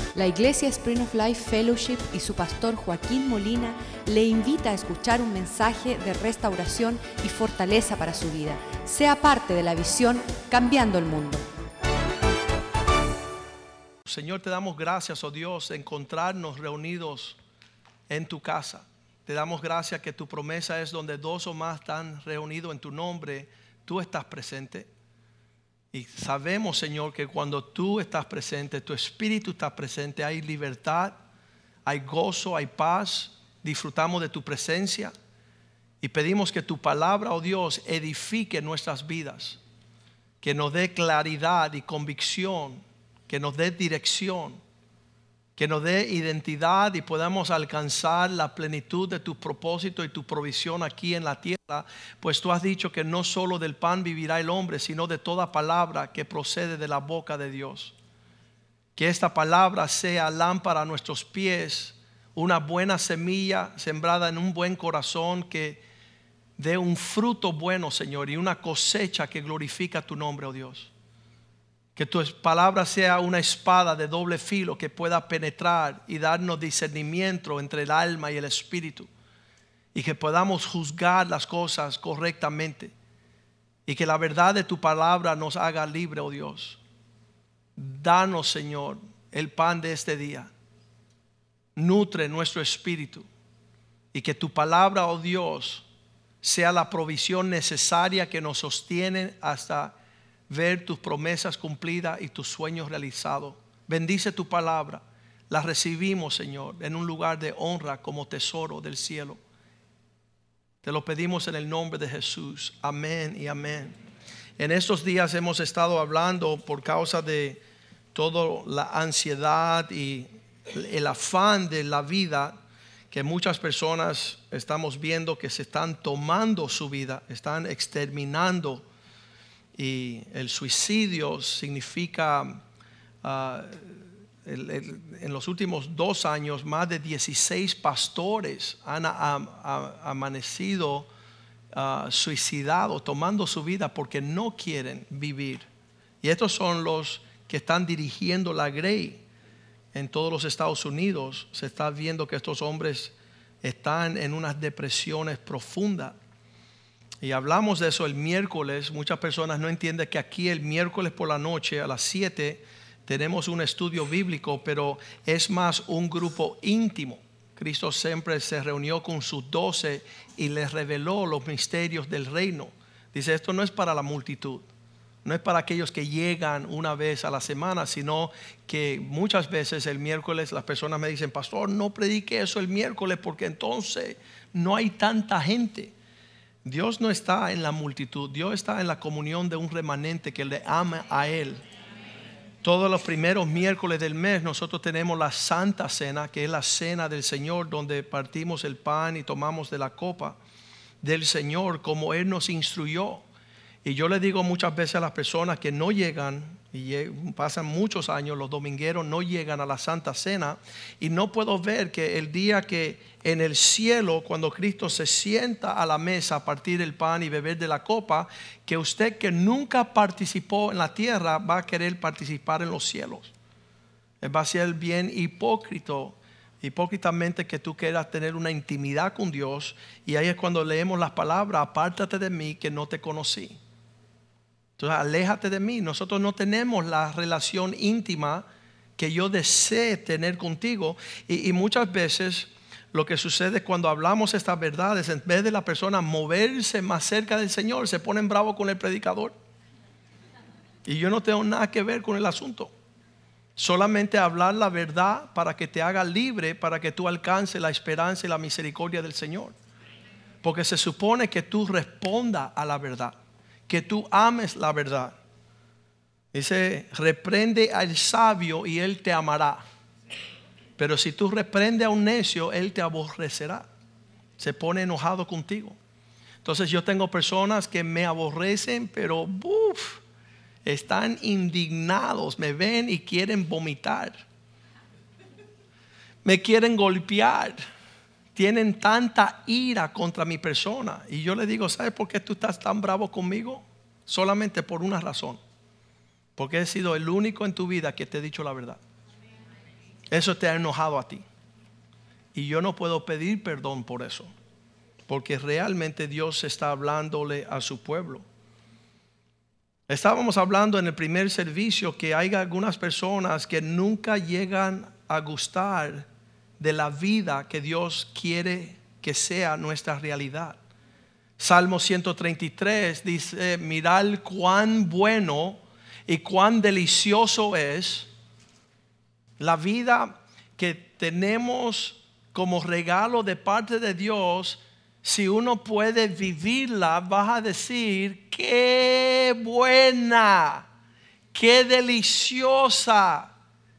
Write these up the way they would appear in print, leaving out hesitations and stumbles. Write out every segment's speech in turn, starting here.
La Iglesia Spring of Life Fellowship y su pastor Joaquín Molina le invita a escuchar un mensaje de restauración y fortaleza para su vida. Sea parte de la visión Cambiando el Mundo. Señor, te damos gracias, oh Dios, de encontrarnos reunidos en tu casa. Te damos gracias que tu promesa es donde dos o más están reunidos en tu nombre, tú estás presente. Y sabemos, Señor, que cuando tú estás presente, tu espíritu está presente, hay libertad, hay gozo, hay paz. Disfrutamos de tu presencia y pedimos que tu palabra, oh Dios, edifique nuestras vidas, que nos dé claridad y convicción, que nos dé dirección, que nos dé identidad y podamos alcanzar la plenitud de tu propósito y tu provisión aquí en la tierra. Pues tú has dicho que no solo del pan vivirá el hombre, sino de toda palabra que procede de la boca de Dios. Que esta palabra sea lámpara a nuestros pies, una buena semilla sembrada en un buen corazón que dé un fruto bueno, Señor, y una cosecha que glorifica tu nombre, oh Dios. Que tu palabra sea una espada de doble filo que pueda penetrar y darnos discernimiento entre el alma y el espíritu. Y que podamos juzgar las cosas correctamente. Y que la verdad de tu palabra nos haga libre, oh Dios. Danos, Señor, el pan de este día. Nutre nuestro espíritu. Y que tu palabra, oh Dios, sea la provisión necesaria que nos sostiene hasta ver tus promesas cumplidas y tus sueños realizados. Bendice tu palabra. La recibimos, Señor, en un lugar de honra como tesoro del cielo. Te lo pedimos en el nombre de Jesús. Amén y amén. En estos días hemos estado hablando por causa de toda la ansiedad y el afán de la vida, que muchas personas estamos viendo que se están tomando su vida, están exterminando. Y el suicidio significa, en los últimos 2 años, más de 16 pastores han amanecido suicidados, tomando su vida porque no quieren vivir. Y estos son los que están dirigiendo la Grey en todos los Estados Unidos. Se está viendo que estos hombres están en unas depresiones profundas. Y hablamos de eso el miércoles. Muchas personas no entienden que aquí el miércoles por la noche a las 7 tenemos un estudio bíblico, pero es más un grupo íntimo. Cristo siempre se reunió con sus 12 y les reveló los misterios del reino. Dice, esto no es para la multitud, no es para aquellos que llegan una vez a la semana, sino que muchas veces el miércoles las personas me dicen, pastor, no predique eso el miércoles porque entonces no hay tanta gente. Dios no está en la multitud, Dios está en la comunión de un remanente que le ama a Él. Todos los primeros miércoles del mes nosotros tenemos la Santa Cena, que es la cena del Señor, donde partimos el pan y tomamos de la copa del Señor como Él nos instruyó. Y yo le digo muchas veces a las personas que no llegan, y pasan muchos años, los domingueros no llegan a la Santa Cena, y no puedo ver que el día que en el cielo, cuando Cristo se sienta a la mesa a partir el pan y beber de la copa, que usted que nunca participó en la tierra va a querer participar en los cielos. Va a ser bien hipócritamente que tú quieras tener una intimidad con Dios, y ahí es cuando leemos las palabras, apártate de mí que no te conocí. Entonces, aléjate de mí. Nosotros no tenemos la relación íntima que yo desee tener contigo. Y muchas veces lo que sucede cuando hablamos estas verdades, en vez de la persona moverse más cerca del Señor, se ponen bravos con el predicador. Y yo no tengo nada que ver con el asunto. Solamente hablar la verdad para que te haga libre, para que tú alcances la esperanza y la misericordia del Señor. Porque se supone que tú respondas a la verdad, que tú ames la verdad. Dice, reprende al sabio y él te amará. Pero si tú reprendes a un necio, él te aborrecerá. Se pone enojado contigo. Entonces yo tengo personas que me aborrecen, pero están indignados. Me ven y quieren vomitar. Me quieren golpear. Tienen tanta ira contra mi persona. Y yo le digo, ¿sabes por qué tú estás tan bravo conmigo? Solamente por una razón. Porque he sido el único en tu vida que te he dicho la verdad. Eso te ha enojado a ti. Y yo no puedo pedir perdón por eso, porque realmente Dios está hablándole a su pueblo. Estábamos hablando en el primer servicio que hay algunas personas que nunca llegan a gustar de la vida que Dios quiere que sea nuestra realidad. Salmo 133 dice: mirad cuán bueno y cuán delicioso es la vida que tenemos como regalo de parte de Dios. Si uno puede vivirla, vas a decir: qué buena, qué deliciosa.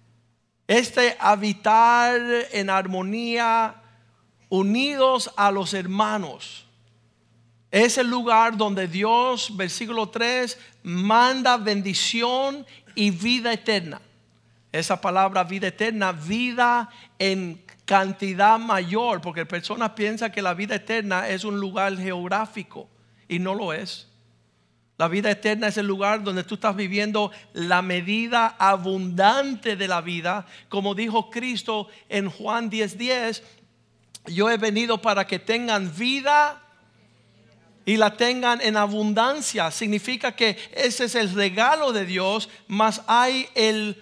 Habitar en armonía, unidos a los hermanos. Es el lugar donde Dios, versículo 3, manda bendición y vida eterna. Esa palabra vida eterna, vida en cantidad mayor, porque personas piensan que la vida eterna es un lugar geográfico y no lo es. La vida eterna es el lugar donde tú estás viviendo la medida abundante de la vida, como dijo Cristo en Juan 10:10. Yo he venido para que tengan vida y la tengan en abundancia. Significa que ese es el regalo de Dios, mas hay el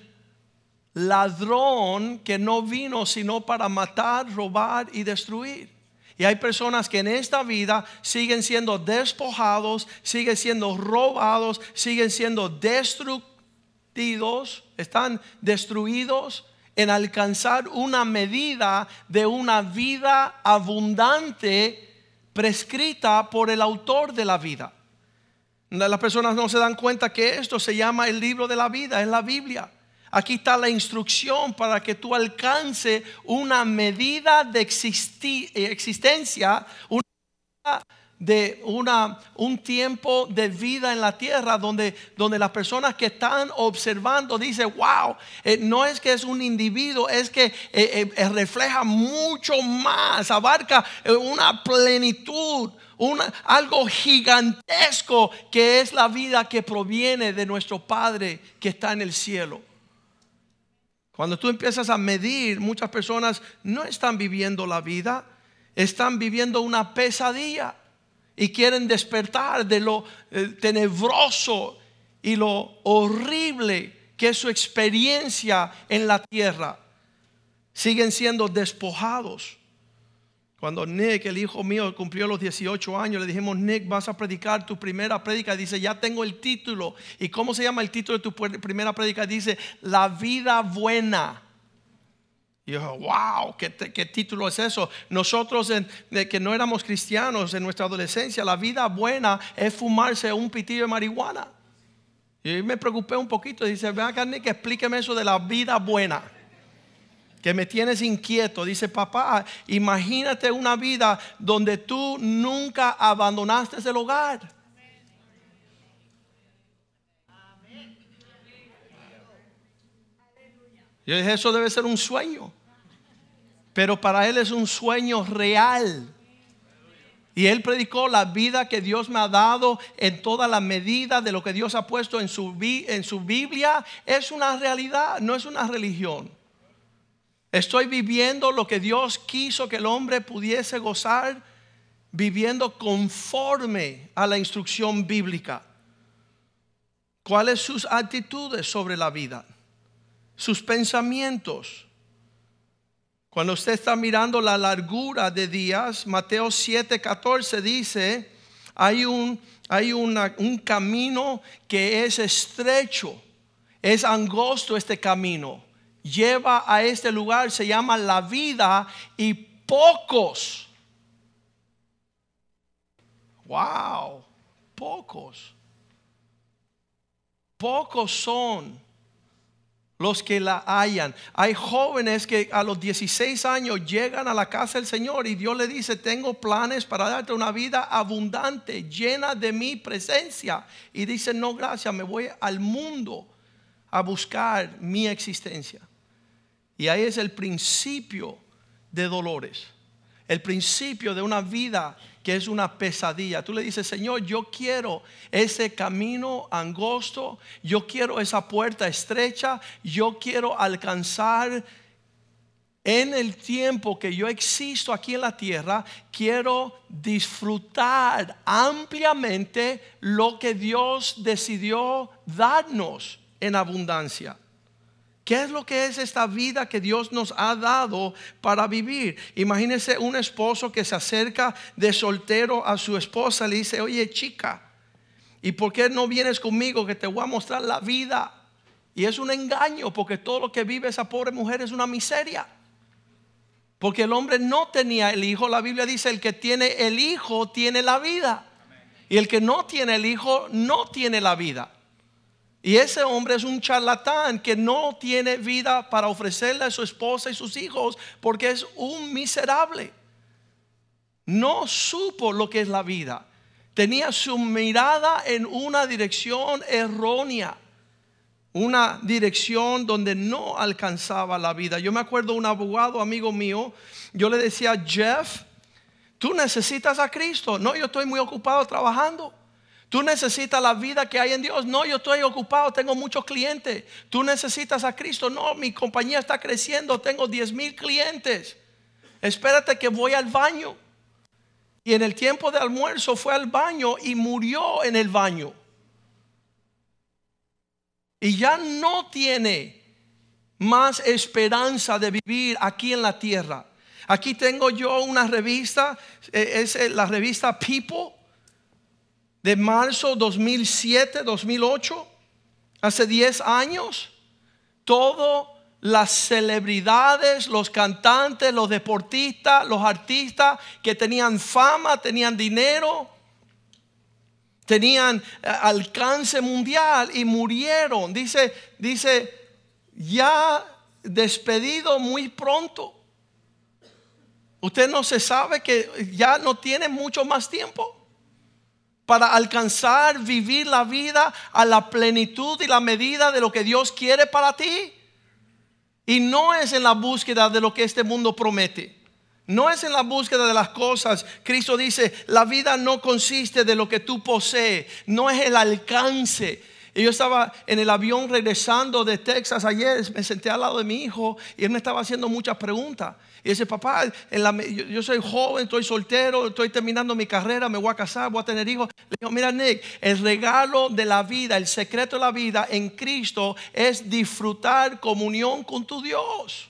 ladrón que no vino sino para matar, robar y destruir. Y hay personas que en esta vida siguen siendo despojados, siguen siendo robados, siguen siendo destruidos, están destruidos en alcanzar una medida de una vida abundante prescrita por el autor de la vida. Las personas no se dan cuenta que esto se llama el libro de la vida, es la Biblia. Aquí está la instrucción para que tú alcances una medida de existencia, un tiempo de vida en la tierra donde las personas que están observando dicen: wow, no es que es un individuo, es que refleja mucho más, abarca una plenitud, algo gigantesco que es la vida que proviene de nuestro Padre que está en el cielo. Cuando tú empiezas a medir, muchas personas no están viviendo la vida, están viviendo una pesadilla y quieren despertar de lo tenebroso y lo horrible que es su experiencia en la tierra. Siguen siendo despojados. Cuando Nick, el hijo mío, cumplió los 18 años, le dijimos: Nick, vas a predicar tu primera prédica. Dice: ya tengo el título. ¿Y cómo se llama el título de tu primera prédica? Dice: la vida buena. Y yo: wow, ¿qué título es eso? Nosotros que no éramos cristianos en nuestra adolescencia, la vida buena es fumarse un pitillo de marihuana. Y me preocupé un poquito. Dice: ven acá, Nick, explíqueme eso de la vida buena, que me tienes inquieto. Dice: papá, imagínate una vida donde tú nunca abandonaste el hogar. Yo dije: eso debe ser un sueño, pero para él es un sueño real. Y él predicó la vida que Dios me ha dado en toda la medida de lo que Dios ha puesto en su Biblia. Es una realidad, no es una religión. Estoy viviendo lo que Dios quiso que el hombre pudiese gozar, viviendo conforme a la instrucción bíblica. ¿Cuáles sus actitudes sobre la vida? Sus pensamientos. Cuando usted está mirando la largura de días, Mateo 7:14 dice: hay un camino que es estrecho, es angosto este camino. Lleva a este lugar, se llama la vida, y pocos, wow, pocos son los que la hallan. Hay jóvenes que a los 16 años llegan a la casa del Señor y Dios le dice: tengo planes para darte una vida abundante, llena de mi presencia. Y dicen: no, gracias, me voy al mundo a buscar mi existencia. Y ahí es el principio de dolores, el principio de una vida que es una pesadilla. Tú le dices: Señor, yo quiero ese camino angosto, yo quiero esa puerta estrecha, yo quiero alcanzar en el tiempo que yo existo aquí en la tierra, quiero disfrutar ampliamente lo que Dios decidió darnos en abundancia. ¿Qué es lo que es esta vida que Dios nos ha dado para vivir? Imagínense un esposo que se acerca de soltero a su esposa y le dice: oye, chica, ¿y por qué no vienes conmigo que te voy a mostrar la vida? Y es un engaño, porque todo lo que vive esa pobre mujer es una miseria. Porque el hombre no tenía el hijo. La Biblia dice: el que tiene el hijo tiene la vida. Y el que no tiene el hijo no tiene la vida. Y ese hombre es un charlatán que no tiene vida para ofrecerle a su esposa y sus hijos, porque es un miserable. No supo lo que es la vida. Tenía su mirada en una dirección errónea, una dirección donde no alcanzaba la vida. Yo me acuerdo un abogado amigo mío, yo le decía: Jeff, tú necesitas a Cristo. No, yo estoy muy ocupado trabajando. Tú necesitas la vida que hay en Dios. No, yo estoy ocupado, tengo muchos clientes. Tú necesitas a Cristo. No, mi compañía está creciendo, tengo 10,000 clientes. Espérate que voy al baño. Y en el tiempo de almuerzo fue al baño y murió en el baño. Y ya no tiene más esperanza de vivir aquí en la tierra. Aquí tengo yo una revista, es la revista People, de marzo 2007-2008, hace 10 años. Todas las celebridades, los cantantes, los deportistas, los artistas que tenían fama, tenían dinero, tenían alcance mundial y murieron. Dice, ya despedido muy pronto. Usted no se sabe que ya no tiene mucho más tiempo para alcanzar, vivir la vida a la plenitud y la medida de lo que Dios quiere para ti. Y no es en la búsqueda de lo que este mundo promete. No es en la búsqueda de las cosas. Cristo dice: la vida no consiste de lo que tú posees, no es el alcance. Y yo estaba en el avión regresando de Texas ayer, me senté al lado de mi hijo y él me estaba haciendo muchas preguntas. Y dice: papá, yo soy joven, estoy soltero, estoy terminando mi carrera, me voy a casar, voy a tener hijos. Le digo: mira, Nick, el regalo de la vida, el secreto de la vida en Cristo es disfrutar comunión con tu Dios.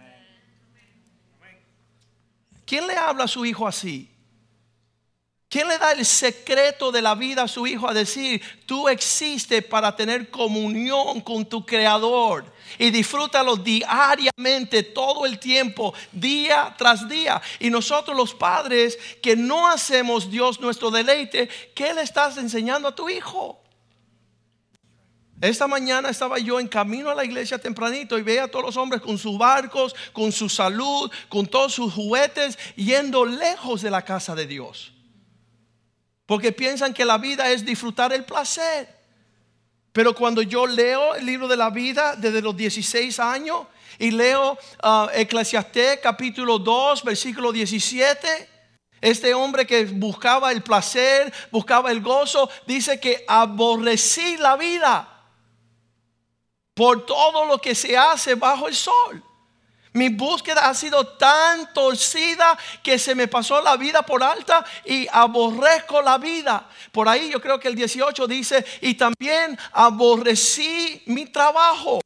¿Quién le habla a su hijo así? ¿Quién le da el secreto de la vida a su hijo a decir: tú existes para tener comunión con tu Creador y disfrútalo diariamente, todo el tiempo, día tras día? Y nosotros los padres que no hacemos Dios nuestro deleite, ¿qué le estás enseñando a tu hijo? Esta mañana estaba yo en camino a la iglesia tempranito y veía a todos los hombres con sus barcos, con su salud, con todos sus juguetes, yendo lejos de la casa de Dios. Porque piensan que la vida es disfrutar el placer. Pero cuando yo leo el libro de la vida desde los 16 años y leo Eclesiastés capítulo 2 versículo 17, este hombre que buscaba el placer, buscaba el gozo, dice que aborrecí la vida por todo lo que se hace bajo el sol. Mi búsqueda ha sido tan torcida que se me pasó la vida por alta y aborrezco la vida. Por ahí yo creo que el 18 dice: y también aborrecí mi trabajo.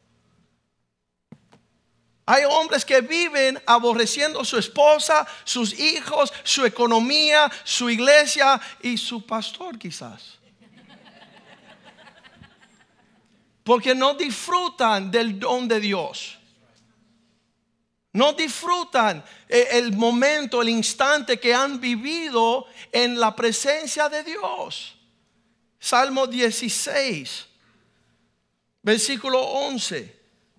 Hay hombres que viven aborreciendo a su esposa, sus hijos, su economía, su iglesia y su pastor quizás. Porque no disfrutan del don de Dios. No disfrutan el momento, el instante que han vivido en la presencia de Dios. Salmo 16, versículo 11.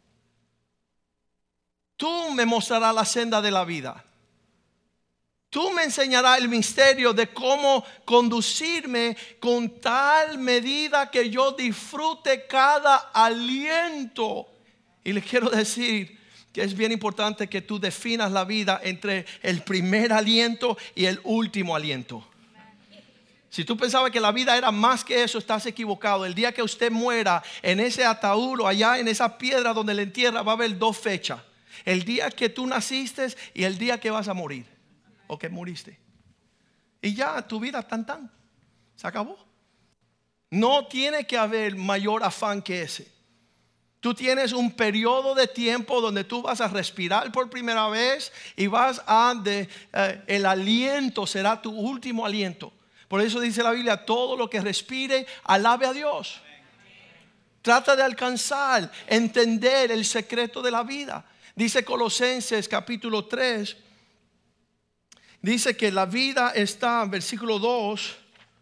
Tú me mostrarás la senda de la vida. Tú me enseñarás el misterio de cómo conducirme con tal medida que yo disfrute cada aliento. Y les quiero decir que es bien importante que tú definas la vida entre el primer aliento y el último aliento. Si tú pensabas que la vida era más que eso, estás equivocado. El día que usted muera, en ese ataúd o allá en esa piedra donde le entierra, va a haber 2 fechas. El día que tú naciste y el día que vas a morir o que moriste. Y ya tu vida tan. Se acabó. No tiene que haber mayor afán que ese. Tú tienes un periodo de tiempo donde tú vas a respirar por primera vez y vas a el aliento será tu último aliento. Por eso dice la Biblia, todo lo que respire, alabe a Dios. Trata de alcanzar, entender el secreto de la vida. Dice Colosenses capítulo 3, dice que la vida está, versículo 2.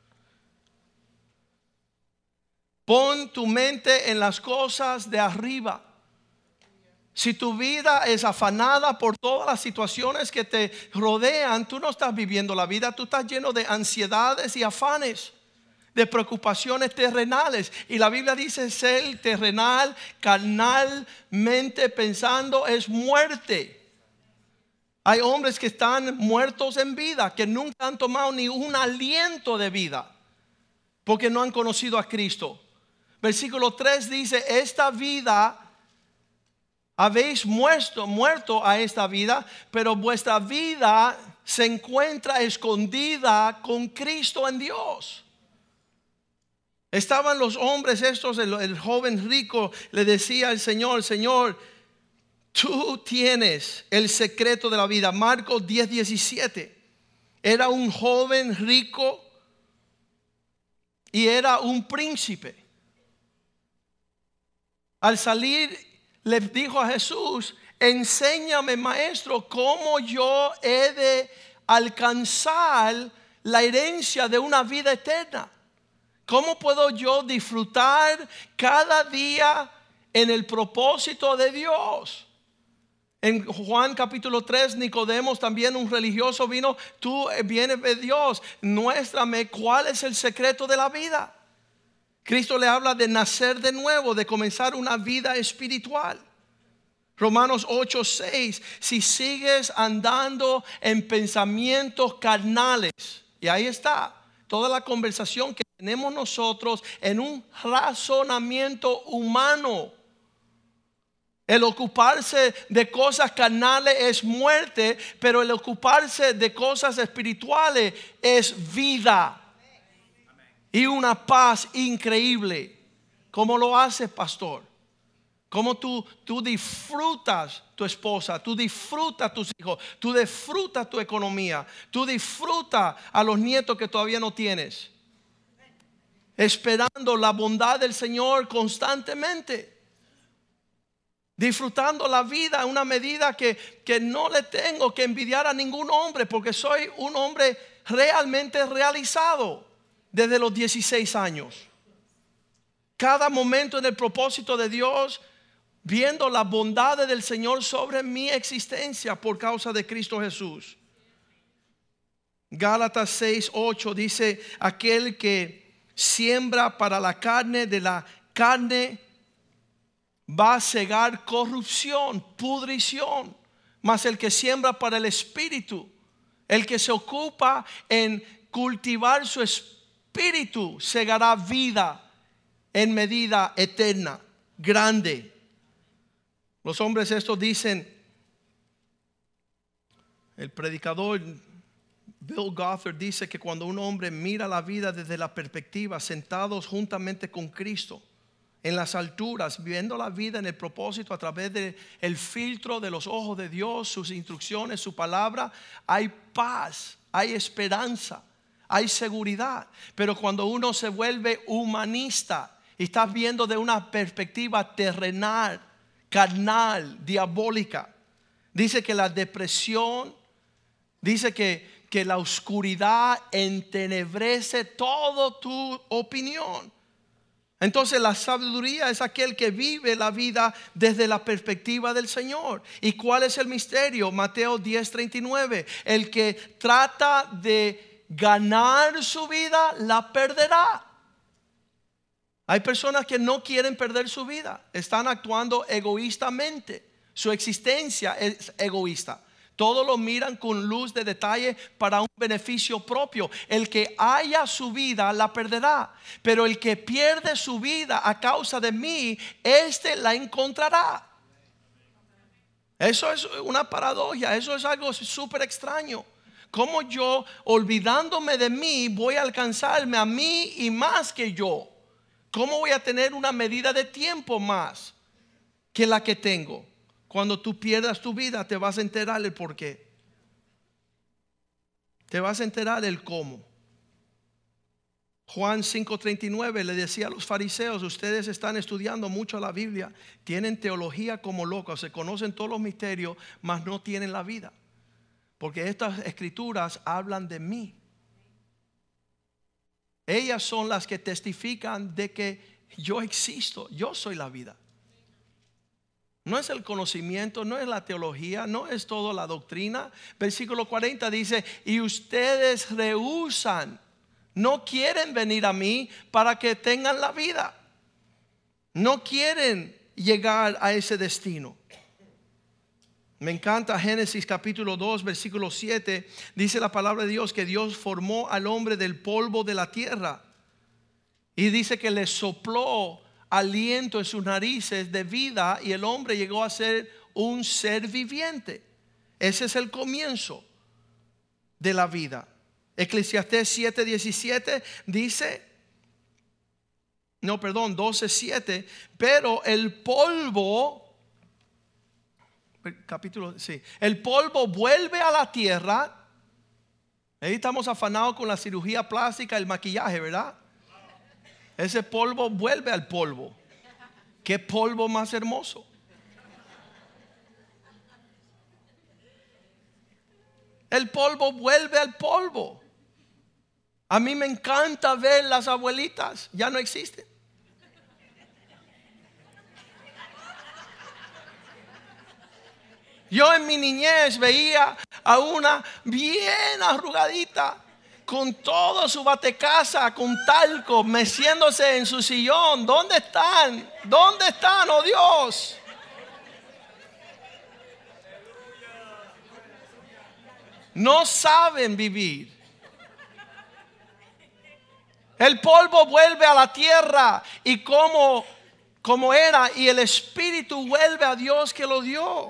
Pon tu mente en las cosas de arriba. Si tu vida es afanada por todas las situaciones que te rodean, tú no estás viviendo la vida, tú estás lleno de ansiedades y afanes, de preocupaciones terrenales. Y la Biblia dice: ser terrenal, carnalmente pensando, es muerte. Hay hombres que están muertos en vida, que nunca han tomado ni un aliento de vida, porque no han conocido a Cristo. Versículo 3 dice: esta vida, habéis muerto a esta vida, pero vuestra vida se encuentra escondida con Cristo en Dios. Estaban los hombres estos, el joven rico le decía al Señor: Señor, tú tienes el secreto de la vida. Marcos 10:17. Era un joven rico y era un príncipe. Al salir le dijo a Jesús: enséñame, maestro, cómo yo he de alcanzar la herencia de una vida eterna. ¿Cómo puedo yo disfrutar cada día en el propósito de Dios? En Juan capítulo 3, Nicodemo, también un religioso, vino: tú vienes de Dios, muéstrame cuál es el secreto de la vida. Cristo le habla de nacer de nuevo, de comenzar una vida espiritual. Romanos 8:6. Si sigues andando en pensamientos carnales, y ahí está toda la conversación que tenemos nosotros en un razonamiento humano. El ocuparse de cosas carnales es muerte, pero el ocuparse de cosas espirituales es vida. Y una paz increíble. ¿Cómo lo haces, pastor? ¿Cómo tú disfrutas tu esposa? Tú disfrutas tus hijos. Tú disfrutas tu economía. Tú disfrutas a los nietos que todavía no tienes. Esperando la bondad del Señor constantemente. Disfrutando la vida en una medida que no le tengo que envidiar a ningún hombre, porque soy un hombre realmente realizado. Desde los 16 años. Cada momento en el propósito de Dios, viendo la bondad del Señor sobre mi existencia por causa de Cristo Jesús. Gálatas 6:8 dice: aquel que siembra para la carne, de la carne va a cegar corrupción, pudrición. Mas el que siembra para el espíritu, el que se ocupa en cultivar su espíritu, segará vida en medida eterna, grande. Los hombres estos dicen, el predicador Bill Gothard dice que cuando un hombre mira la vida desde la perspectiva, sentados juntamente con Cristo en las alturas, viendo la vida en el propósito a través del filtro de los ojos de Dios, sus instrucciones, su palabra, hay paz, hay esperanza, hay seguridad. Pero cuando uno se vuelve humanista y estás viendo de una perspectiva terrenal, carnal, diabólica, dice que la depresión, dice que la oscuridad entenebrece toda tu opinión. Entonces la sabiduría es aquel que vive la vida desde la perspectiva del Señor. ¿Y cuál es el misterio? Mateo 10:39. El que trata de ganar su vida, la perderá. Hay personas que no quieren perder su vida. Están actuando egoístamente. Su existencia es egoísta. Todos lo miran con luz de detalle para un beneficio propio. El que haya su vida la perderá, pero el que pierde su vida a causa de mí, este la encontrará. Eso es una paradoja, eso es algo súper extraño. ¿Cómo yo, olvidándome de mí, voy a alcanzarme a mí y más que yo? ¿Cómo voy a tener una medida de tiempo más que la que tengo? Cuando tú pierdas tu vida te vas a enterar el por qué. Te vas a enterar el cómo. Juan 5:39 le decía a los fariseos: ustedes están estudiando mucho la Biblia, tienen teología como locos, se conocen todos los misterios, mas no tienen la vida. Porque estas escrituras hablan de mí. Ellas son las que testifican de que yo existo, yo soy la vida. No es el conocimiento, no es la teología, no es toda la doctrina. Versículo 40 dice: y ustedes rehúsan, no quieren venir a mí para que tengan la vida. No quieren llegar a ese destino. Me encanta Génesis capítulo 2 versículo 7. Dice la palabra de Dios que Dios formó al hombre del polvo de la tierra. Y dice que le sopló aliento en sus narices de vida, y el hombre llegó a ser un ser viviente. Ese es el comienzo de la vida. Eclesiastés 7:17 dice, 12:7, pero el polvo, el polvo vuelve a la tierra. Ahí estamos afanados con la cirugía plástica, el maquillaje, ¿verdad? Ese polvo vuelve al polvo. ¿Qué polvo más hermoso? El polvo vuelve al polvo. A mí me encanta ver las abuelitas, ya no existen. Yo en mi niñez veía a una bien arrugadita, con todo su batecasa, con talco, meciéndose en su sillón. ¿Dónde están? ¿Dónde están, oh Dios? No saben vivir. El polvo vuelve a la tierra y como era, y el espíritu vuelve a Dios que lo dio.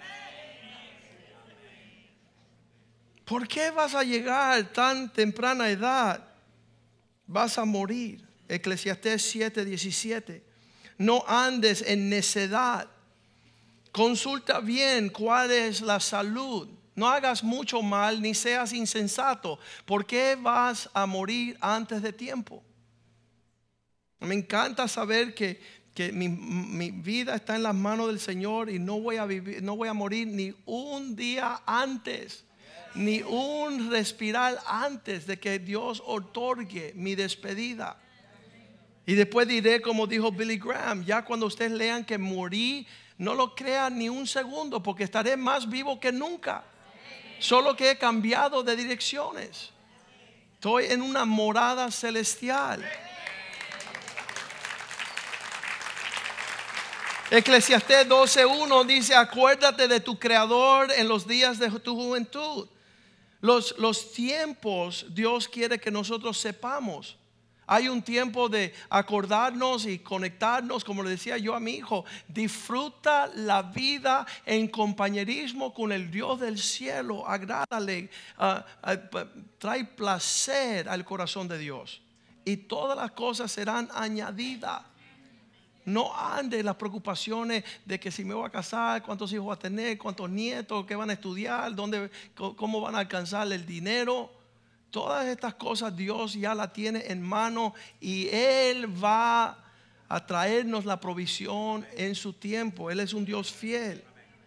¿Por qué vas a llegar tan temprana edad? Vas a morir. Eclesiastés 7:17. No andes en necedad. Consulta bien cuál es la salud. No hagas mucho mal ni seas insensato. ¿Por qué vas a morir antes de tiempo? Me encanta saber que mi vida está en las manos del Señor y no voy a morir ni un día antes, ni un respirar antes de que Dios otorgue mi despedida. Y después diré como dijo Billy Graham: ya cuando ustedes lean que morí, no lo crean ni un segundo, porque estaré más vivo que nunca. Solo que he cambiado de direcciones. Estoy en una morada celestial. Eclesiastés 12:1 dice: acuérdate de tu Creador en los días de tu juventud. Los tiempos Dios quiere que nosotros sepamos. Hay un tiempo de acordarnos y conectarnos, como le decía yo a mi hijo: disfruta la vida en compañerismo con el Dios del cielo, agrádale, trae placer al corazón de Dios, y todas las cosas serán añadidas. No ande en las preocupaciones de que si me voy a casar, cuántos hijos voy a tener, cuántos nietos, qué van a estudiar, cómo van a alcanzar el dinero. Todas estas cosas Dios ya la tiene en mano, y Él va a traernos la provisión en su tiempo. Él es un Dios fiel.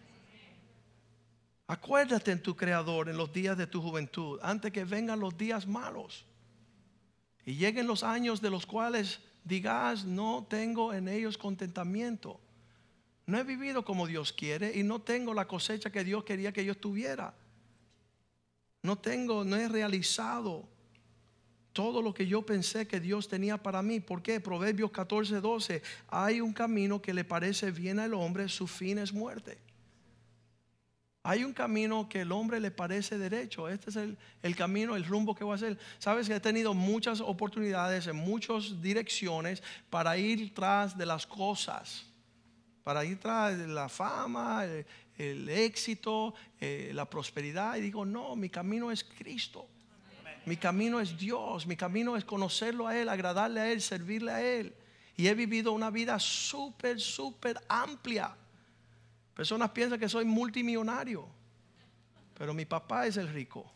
Acuérdate en tu Creador en los días de tu juventud, antes que vengan los días malos y lleguen los años de los cuales digas: no tengo en ellos contentamiento. No he vivido como Dios quiere y no tengo la cosecha que Dios quería que yo tuviera. No he realizado todo lo que yo pensé que Dios tenía para mí. ¿Por qué? Proverbios 14:12. Hay un camino que le parece bien al hombre, su fin es muerte. Hay un camino que el hombre le parece derecho. Este es el camino, el rumbo que voy a hacer. Sabes que he tenido muchas oportunidades en muchas direcciones para ir tras de las cosas, para ir tras de la fama, el éxito, la prosperidad. Y digo, no, mi camino es Cristo. Mi camino es Dios. Mi camino es conocerlo a Él, agradarle a Él, servirle a Él. Y he vivido una vida súper amplia. Personas piensan que soy multimillonario, pero mi papá es el rico.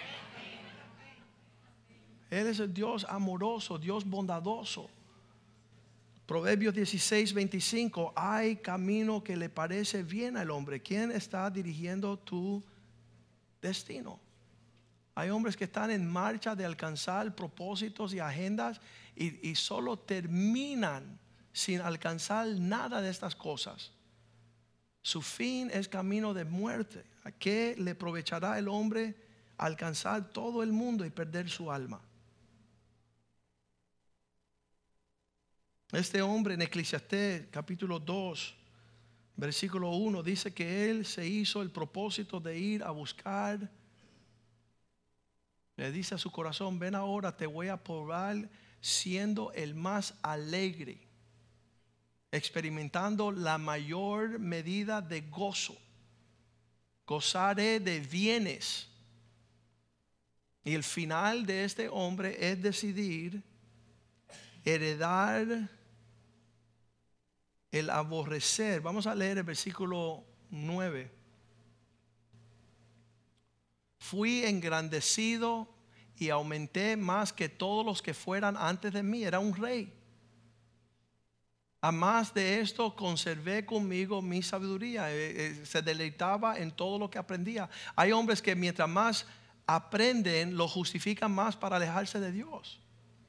Él es el Dios amoroso, Dios bondadoso. Proverbios 16:25. Hay camino que le parece bien al hombre. ¿Quién está dirigiendo tu destino? Hay hombres que están en marcha de alcanzar propósitos y agendas y solo terminan sin alcanzar nada de estas cosas. Su fin es camino de muerte. ¿A qué le aprovechará el hombre alcanzar todo el mundo y perder su alma? Este hombre en Eclesiastés capítulo 2 versículo 1 dice que él se hizo el propósito de ir a buscar. Le dice a su corazón: ven ahora, te voy a probar siendo el más alegre, experimentando la mayor medida de gozo. Gozaré de bienes. Y el final de este hombre es decidir heredar el aborrecer. Vamos a leer el versículo 9. Fui engrandecido y aumenté más que todos los que fueran antes de mí. Era un rey. A más de esto conservé conmigo mi sabiduría. Se deleitaba en todo lo que aprendía. Hay hombres que mientras más aprenden, lo justifican más para alejarse de Dios.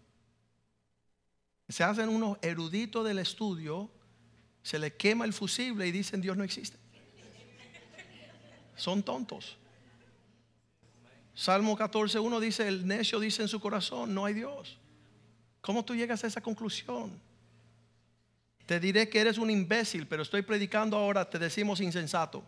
Se hacen unos eruditos del estudio, se les quema el fusible y dicen Dios no existe. Son tontos. Salmo 14:1 dice: el necio dice en su corazón, no hay Dios. ¿Cómo tú llegas a esa conclusión? Te diré que eres un imbécil, pero estoy predicando ahora, te decimos insensato.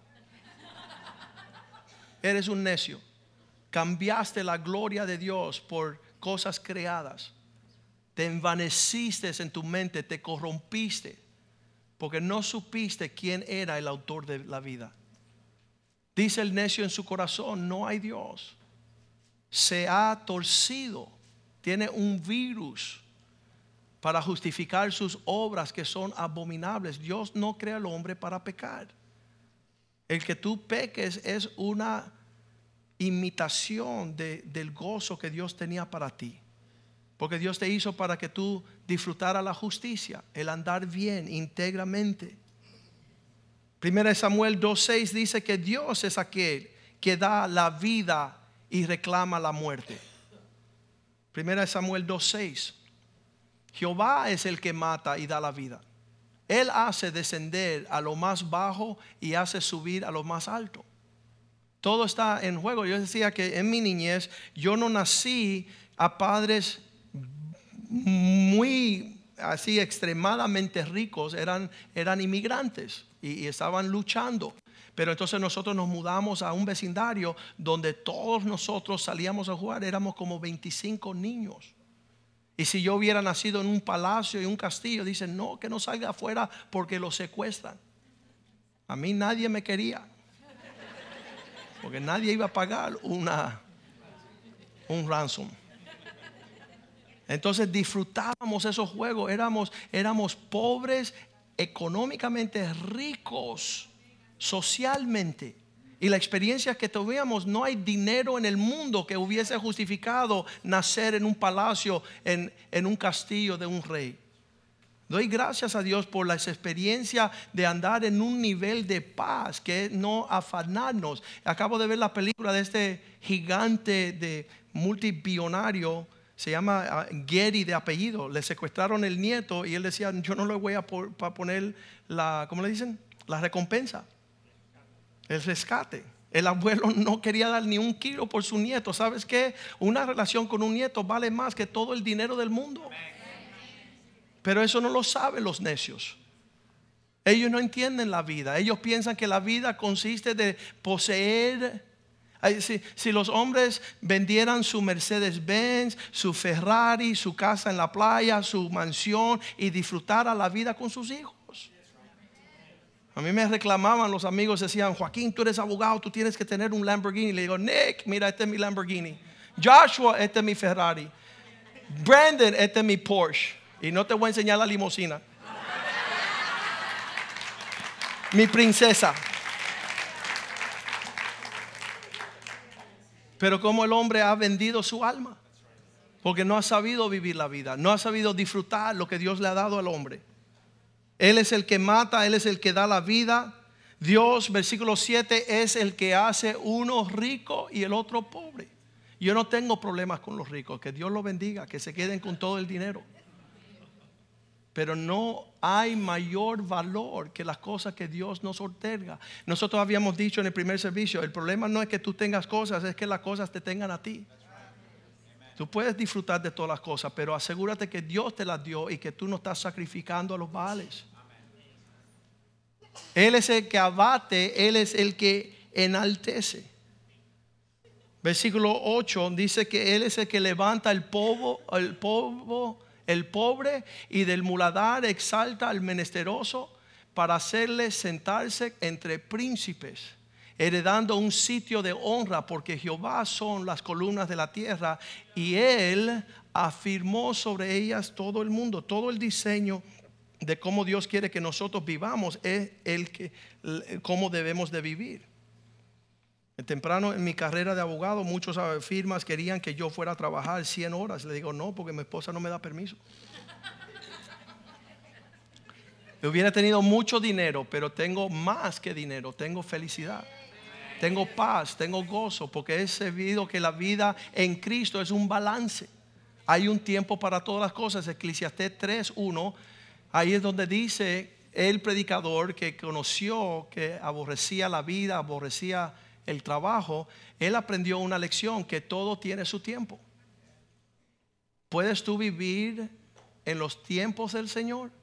Eres un necio. Cambiaste la gloria de Dios por cosas creadas. Te envaneciste en tu mente, te corrompiste, porque no supiste quién era el autor de la vida. Dice el necio en su corazón, no hay Dios. Se ha torcido, tiene un virus para justificar sus obras que son abominables. Dios no crea al hombre para pecar. El que tú peques es una imitación del gozo que Dios tenía para ti. Porque Dios te hizo para que tú disfrutaras la justicia, el andar bien, íntegramente. 1 Samuel 2:6 dice que Dios es aquel que da la vida y reclama la muerte. 1 Samuel 2:6. Jehová es el que mata y da la vida. Él hace descender a lo más bajo y hace subir a lo más alto. Todo está en juego. Yo decía que en mi niñez yo no nací a padres muy así extremadamente ricos, eran inmigrantes y estaban luchando. Pero entonces nosotros nos mudamos a un vecindario donde todos nosotros salíamos a jugar. Éramos como 25 niños. Y si yo hubiera nacido en un palacio y un castillo, dicen no, que no salga afuera porque lo secuestran. A mí nadie me quería, porque nadie iba a pagar un ransom. Entonces disfrutábamos esos juegos. Éramos pobres, económicamente ricos, socialmente. Y la experiencia que tuvimos, no hay dinero en el mundo que hubiese justificado nacer en un palacio, en un castillo de un rey. Doy gracias a Dios por la experiencia de andar en un nivel de paz, que es no afanarnos. Acabo de ver la película de este gigante de multibillonario. Se llama Getty de apellido. Le secuestraron el nieto y él decía, yo no le voy a poner ¿cómo le dicen? La recompensa, el rescate. El abuelo no quería dar ni un kilo por su nieto. ¿Sabes qué? Una relación con un nieto vale más que todo el dinero del mundo. Pero eso no lo saben los necios. Ellos no entienden la vida. Ellos piensan que la vida consiste de poseer. Si los hombres vendieran su Mercedes-Benz, su Ferrari, su casa en la playa, su mansión y disfrutaran la vida con sus hijos. A mí me reclamaban los amigos, decían, Joaquín, tú eres abogado, tú tienes que tener un Lamborghini. Le digo, Nick, mira, este es mi Lamborghini. Joshua, este es mi Ferrari. Brandon, este es mi Porsche. Y no te voy a enseñar la limusina. Mi princesa. Pero como el hombre ha vendido su alma, porque no ha sabido vivir la vida, no ha sabido disfrutar lo que Dios le ha dado al hombre. Él es el que mata, Él es el que da la vida. Dios, versículo 7, es el que hace uno rico y el otro pobre. Yo no tengo problemas con los ricos, que Dios los bendiga, que se queden con todo el dinero. Pero no hay mayor valor que las cosas que Dios nos otorga. Nosotros habíamos dicho en el primer servicio, el problema no es que tú tengas cosas, es que las cosas te tengan a ti. Tú puedes disfrutar de todas las cosas, pero asegúrate que Dios te las dio y que tú no estás sacrificando a los baales. Él es el que abate, Él es el que enaltece. Versículo 8 dice que Él es el que levanta el pobre, y del muladar exalta al menesteroso para hacerle sentarse entre príncipes, heredando un sitio de honra, porque Jehová son las columnas de la tierra y Él afirmó sobre ellas todo el mundo. Todo el diseño de cómo Dios quiere que nosotros vivamos es cómo debemos de vivir. Temprano en mi carrera de abogado, muchas firmas querían que yo fuera a trabajar 100 horas. Le digo no, porque mi esposa no me da permiso. Yo hubiera tenido mucho dinero, pero tengo más que dinero. Tengo felicidad, tengo paz, tengo gozo, porque he sabido que la vida en Cristo es un balance. Hay un tiempo para todas las cosas. Eclesiastés 3:1. Ahí es donde dice el predicador que conoció que aborrecía la vida, aborrecía el trabajo. Él aprendió una lección, que todo tiene su tiempo. ¿Puedes tú vivir en los tiempos del Señor?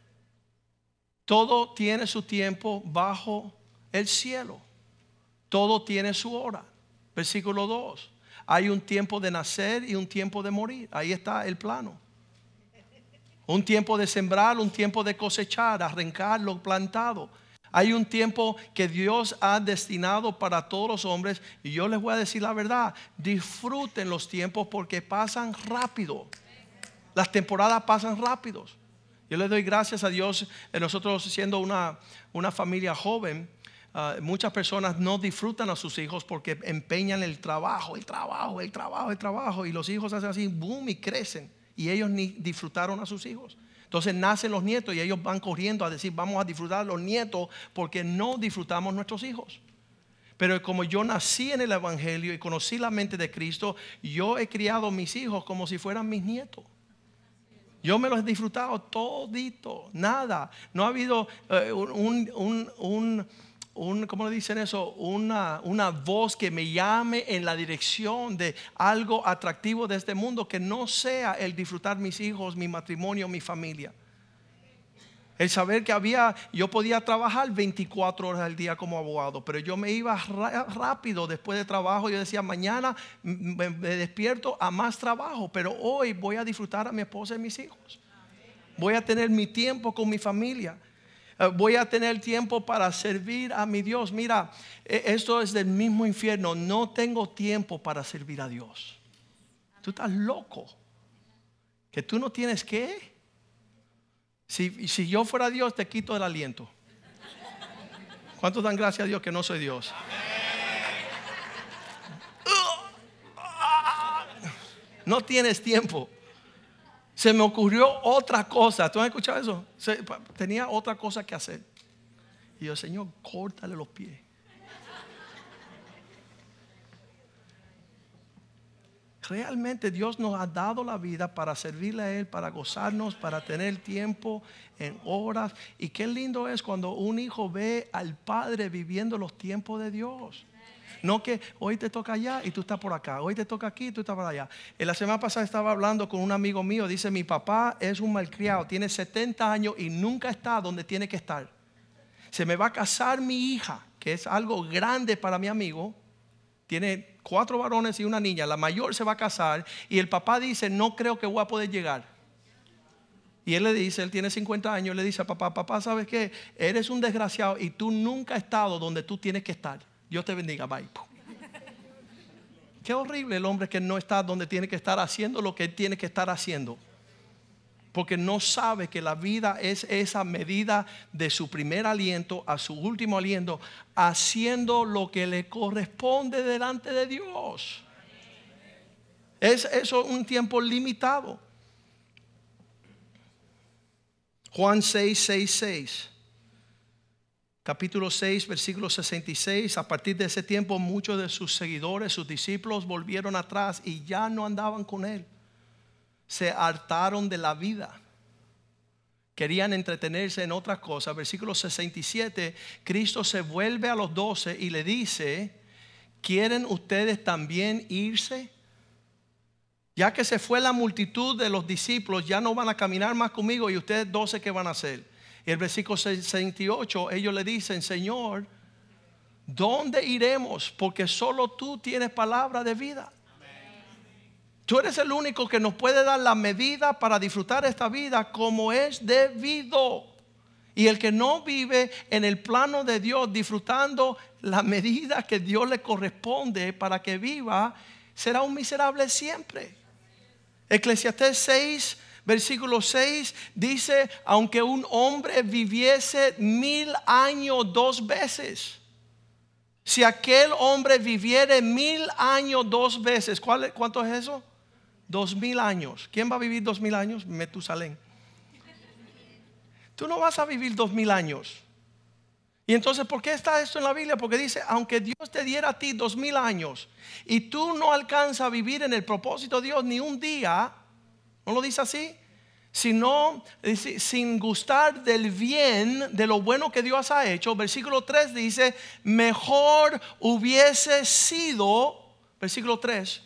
Todo tiene su tiempo bajo el cielo. Todo tiene su hora. Versículo 2. Hay un tiempo de nacer y un tiempo de morir. Ahí está el plano. Un tiempo de sembrar, un tiempo de cosechar, arrancar lo plantado. Hay un tiempo que Dios ha destinado para todos los hombres. Y yo les voy a decir la verdad, disfruten los tiempos porque pasan rápido. Las temporadas pasan rápidos. Yo le doy gracias a Dios. Nosotros siendo una familia joven, muchas personas no disfrutan a sus hijos porque empeñan el trabajo. Y los hijos hacen así, boom, y crecen. Y ellos ni disfrutaron a sus hijos. Entonces nacen los nietos y ellos van corriendo a decir, vamos a disfrutar a los nietos, porque no disfrutamos nuestros hijos. Pero como yo nací en el Evangelio y conocí la mente de Cristo, yo he criado a mis hijos como si fueran mis nietos. Yo me los he disfrutado todito, nada. No ha habido ¿cómo le dicen eso? Una voz que me llame en la dirección de algo atractivo de este mundo que no sea el disfrutar mis hijos, mi matrimonio, mi familia. El saber que yo podía trabajar 24 horas al día como abogado, pero yo me iba rápido después de trabajo. Yo decía, mañana me despierto a más trabajo, pero hoy voy a disfrutar a mi esposa y mis hijos. Voy a tener mi tiempo con mi familia. Voy a tener tiempo para servir a mi Dios. Mira, esto es del mismo infierno. No tengo tiempo para servir a Dios. Tú estás loco. Que tú no tienes que. Si yo fuera Dios, te quito el aliento. ¿Cuántos dan gracias a Dios que no soy Dios? No tienes tiempo. Se me ocurrió otra cosa. ¿Tú has escuchado eso? Tenía otra cosa que hacer. Y yo, Señor, córtale los pies. Realmente Dios nos ha dado la vida para servirle a Él, para gozarnos, para tener tiempo en horas. Y qué lindo es cuando un hijo ve al padre viviendo los tiempos de Dios. No que hoy te toca allá y tú estás por acá, hoy te toca aquí y tú estás por allá. En la semana pasada estaba hablando con un amigo mío. Dice, mi papá es un malcriado, tiene 70 años y nunca está donde tiene que estar. Se me va a casar mi hija, que es algo grande para mi amigo. Tiene 4 varones y una niña. La mayor se va a casar y el papá dice, no creo que voy a poder llegar. Y él le dice, él tiene 50 años, le dice a papá, papá, ¿sabes qué? Eres un desgraciado y tú nunca has estado donde tú tienes que estar. Dios te bendiga, bye. Qué horrible el hombre que no está donde tiene que estar haciendo lo que él tiene que estar haciendo. Porque no sabe que la vida es esa medida de su primer aliento a su último aliento, haciendo lo que le corresponde delante de Dios. Es eso un tiempo limitado. Juan 6:6. Capítulo 6, versículo 66. A partir de ese tiempo muchos de sus seguidores, sus discípulos, volvieron atrás y ya no andaban con él. Se hartaron de la vida. Querían entretenerse en otras cosas. Versículo 67. Cristo se vuelve a los 12 y le dice: ¿quieren ustedes también irse? Ya que se fue la multitud de los discípulos, ya no van a caminar más conmigo. Y ustedes 12, ¿qué van a hacer? Y el versículo 68, ellos le dicen: Señor, ¿dónde iremos? Porque solo tú tienes palabra de vida. Tú eres el único que nos puede dar la medida para disfrutar esta vida como es debido. Y el que no vive en el plano de Dios, disfrutando la medida que Dios le corresponde para que viva, será un miserable siempre. Eclesiastés 6, versículo 6 dice: aunque un hombre viviese 1000 años 2 veces, si aquel hombre viviere 1000 años 2 veces, ¿cuánto es eso? 2000 años. ¿Quién va a vivir 2000 años? Metusalén. Tú no vas a vivir 2000 años. Y entonces, ¿por qué está esto en la Biblia? Porque dice: aunque Dios te diera a ti 2000 años y tú no alcanzas a vivir en el propósito de Dios ni un día, ¿no lo dice así? Sino sin gustar del bien, de lo bueno que Dios ha hecho. Versículo 3 dice: mejor hubiese sido, versículo 3,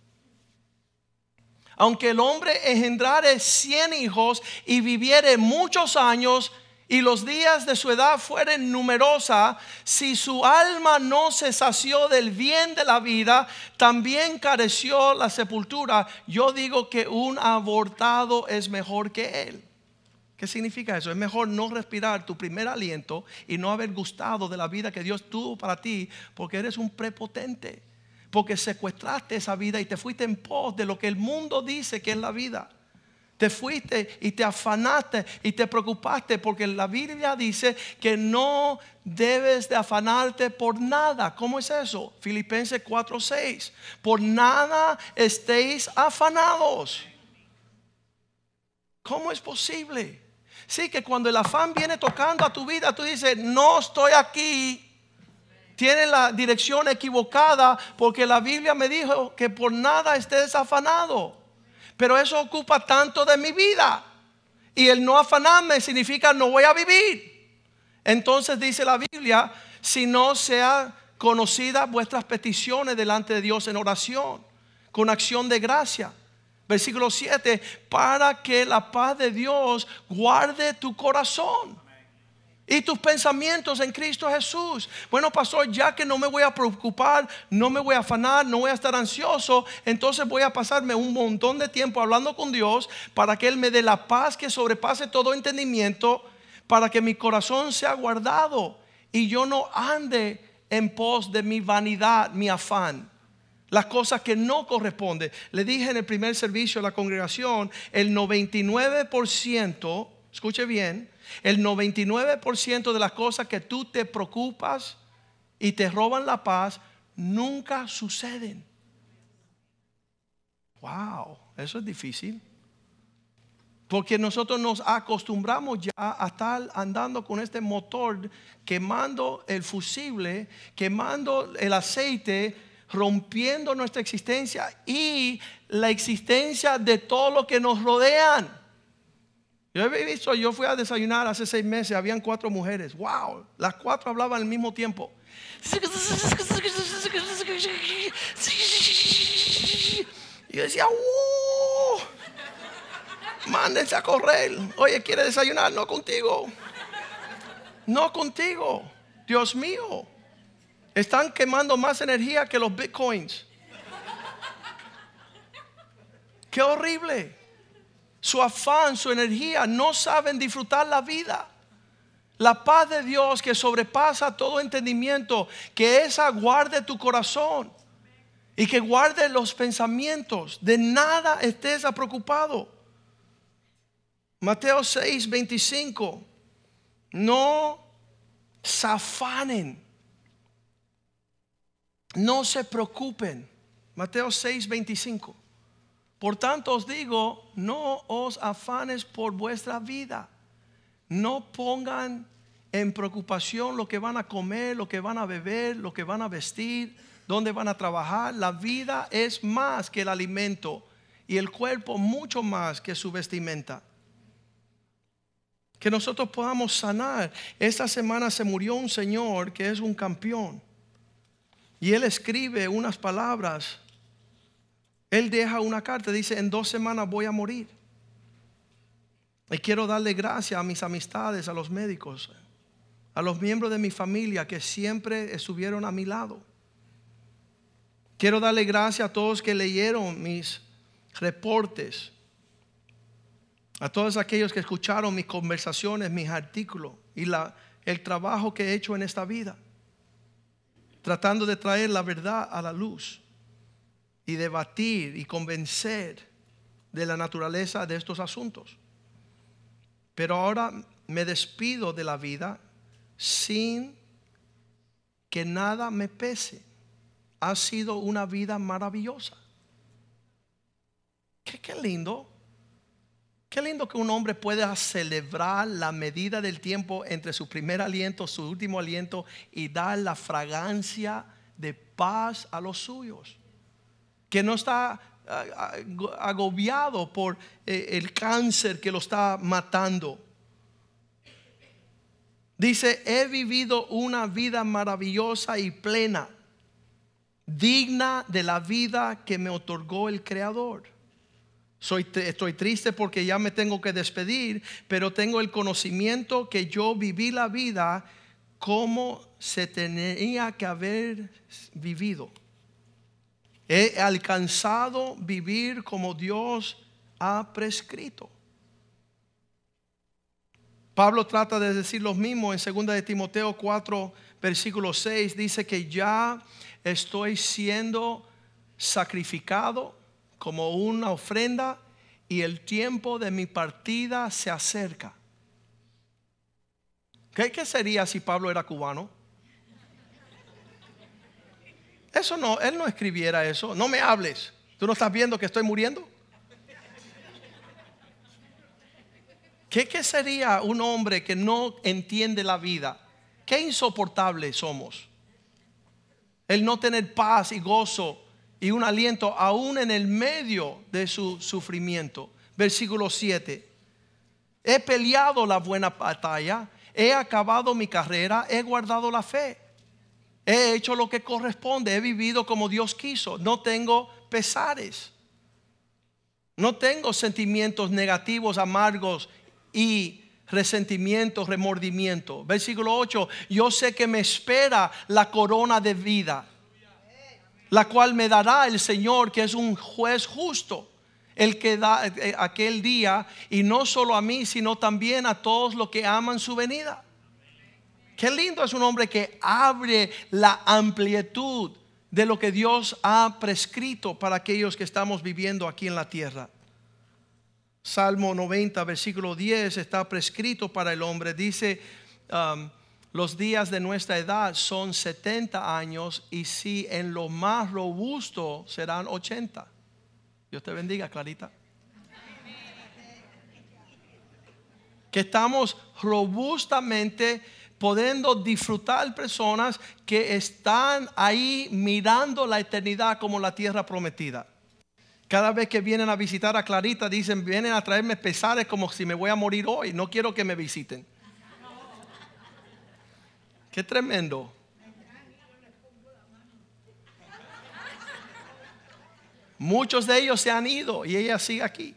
aunque el hombre engendrare 100 hijos y viviere muchos años, y los días de su edad fueren numerosa, si su alma no se sació del bien de la vida, también careció la sepultura. Yo digo que un abortado es mejor que él. ¿Qué significa eso? Es mejor no respirar tu primer aliento y no haber gustado de la vida que Dios tuvo para ti, porque eres un prepotente, porque secuestraste esa vida y te fuiste en pos de lo que el mundo dice que es la vida. Te fuiste y te afanaste y te preocupaste, porque la Biblia dice que no debes de afanarte por nada. ¿Cómo es eso? Filipenses 4:6. Por nada estéis afanados. ¿Cómo es posible? Sí, que cuando el afán viene tocando a tu vida, tú dices: no estoy aquí. Tienes la dirección equivocada, porque la Biblia me dijo que por nada estés afanado. Pero eso ocupa tanto de mi vida, y el no afanarme significa no voy a vivir. Entonces dice la Biblia: si no sean conocidas vuestras peticiones delante de Dios en oración, con acción de gracia. Versículo 7: para que la paz de Dios guarde tu corazón y tus pensamientos en Cristo Jesús. Bueno, pastor, ya que no me voy a preocupar, no me voy a afanar, no voy a estar ansioso, entonces voy a pasarme un montón de tiempo hablando con Dios para que Él me dé la paz que sobrepase todo entendimiento, para que mi corazón sea guardado y yo no ande en pos de mi vanidad, mi afán, las cosas que no corresponden. Le dije en el primer servicio a la congregación: el 99%, escuche bien, el 99% de las cosas que tú te preocupas y te roban la paz nunca suceden. Wow, eso es difícil, porque nosotros nos acostumbramos ya a estar andando con este motor, quemando el fusible, quemando el aceite, rompiendo nuestra existencia y la existencia de todo lo que nos rodean. Yo fui a desayunar hace 6 meses, habían 4 mujeres. Wow, las 4 hablaban al mismo tiempo. Y yo decía: mándense a correr. Oye, ¿quiere desayunar? No contigo. No contigo. Dios mío, están quemando más energía que los bitcoins. Qué horrible. su afán, su energía, no saben disfrutar la vida. La paz de Dios que sobrepasa todo entendimiento, que esa guarde tu corazón y que guarde los pensamientos. De nada estés preocupado. Mateo 6:25. No se afanen, no se preocupen. Mateo 6:25. Por tanto os digo, no os afanes por vuestra vida. No pongan en preocupación lo que van a comer, lo que van a beber, lo que van a vestir, dónde van a trabajar. La vida es más que el alimento y el cuerpo mucho más que su vestimenta. Que nosotros podamos sanar. Esta semana se murió un señor que es un campeón. Y él escribe unas palabras. Él deja una carta, dice: en 2 semanas voy a morir. Y quiero darle gracias a mis amistades, a los médicos, a los miembros de mi familia que siempre estuvieron a mi lado. Quiero darle gracias a todos que leyeron mis reportes, a todos aquellos que escucharon mis conversaciones, mis artículos y el trabajo que he hecho en esta vida, tratando de traer la verdad a la luz y debatir y convencer de la naturaleza de estos asuntos. Pero ahora me despido de la vida sin que nada me pese. Ha sido una vida maravillosa. Qué lindo. Qué lindo que un hombre pueda celebrar la medida del tiempo entre su primer aliento, su último aliento, y dar la fragancia de paz a los suyos. Que no está agobiado por el cáncer que lo está matando. Dice: he vivido una vida maravillosa y plena, digna de la vida que me otorgó el Creador. Estoy triste porque ya me tengo que despedir, pero tengo el conocimiento que yo viví la vida como se tenía que haber vivido. He alcanzado vivir como Dios ha prescrito. Pablo trata de decir lo mismo en 2 de Timoteo 4, versículo 6. Dice que ya estoy siendo sacrificado como una ofrenda y el tiempo de mi partida se acerca. ¿Qué sería si Pablo era cubano? Eso no, él no escribiera eso. No me hables. ¿Tú no estás viendo que estoy muriendo? ¿Qué sería un hombre que no entiende la vida? Qué insoportables somos. El no tener paz y gozo y un aliento aún en el medio de su sufrimiento. Versículo 7. He peleado la buena batalla, he acabado mi carrera, he guardado la fe. He hecho lo que corresponde, he vivido como Dios quiso. No tengo pesares, no tengo sentimientos negativos, amargos y resentimiento, remordimiento. Versículo 8. Yo sé que me espera la corona de vida, la cual me dará el Señor, que es un juez justo, el que da aquel día, y no solo a mí, sino también a todos los que aman su venida. Qué lindo es un hombre que abre la amplitud de lo que Dios ha prescrito para aquellos que estamos viviendo aquí en la tierra. Salmo 90, versículo 10 está prescrito para el hombre. Dice: los días de nuestra edad son 70 años, y si en lo más robusto serán 80. Dios te bendiga, Clarita. Que estamos robustamente pudiendo disfrutar personas que están ahí mirando la eternidad como la tierra prometida. Cada vez que vienen a visitar a Clarita dicen: vienen a traerme pesares como si me voy a morir hoy, no quiero que me visiten. Qué tremendo. Muchos de ellos se han ido y ella sigue aquí.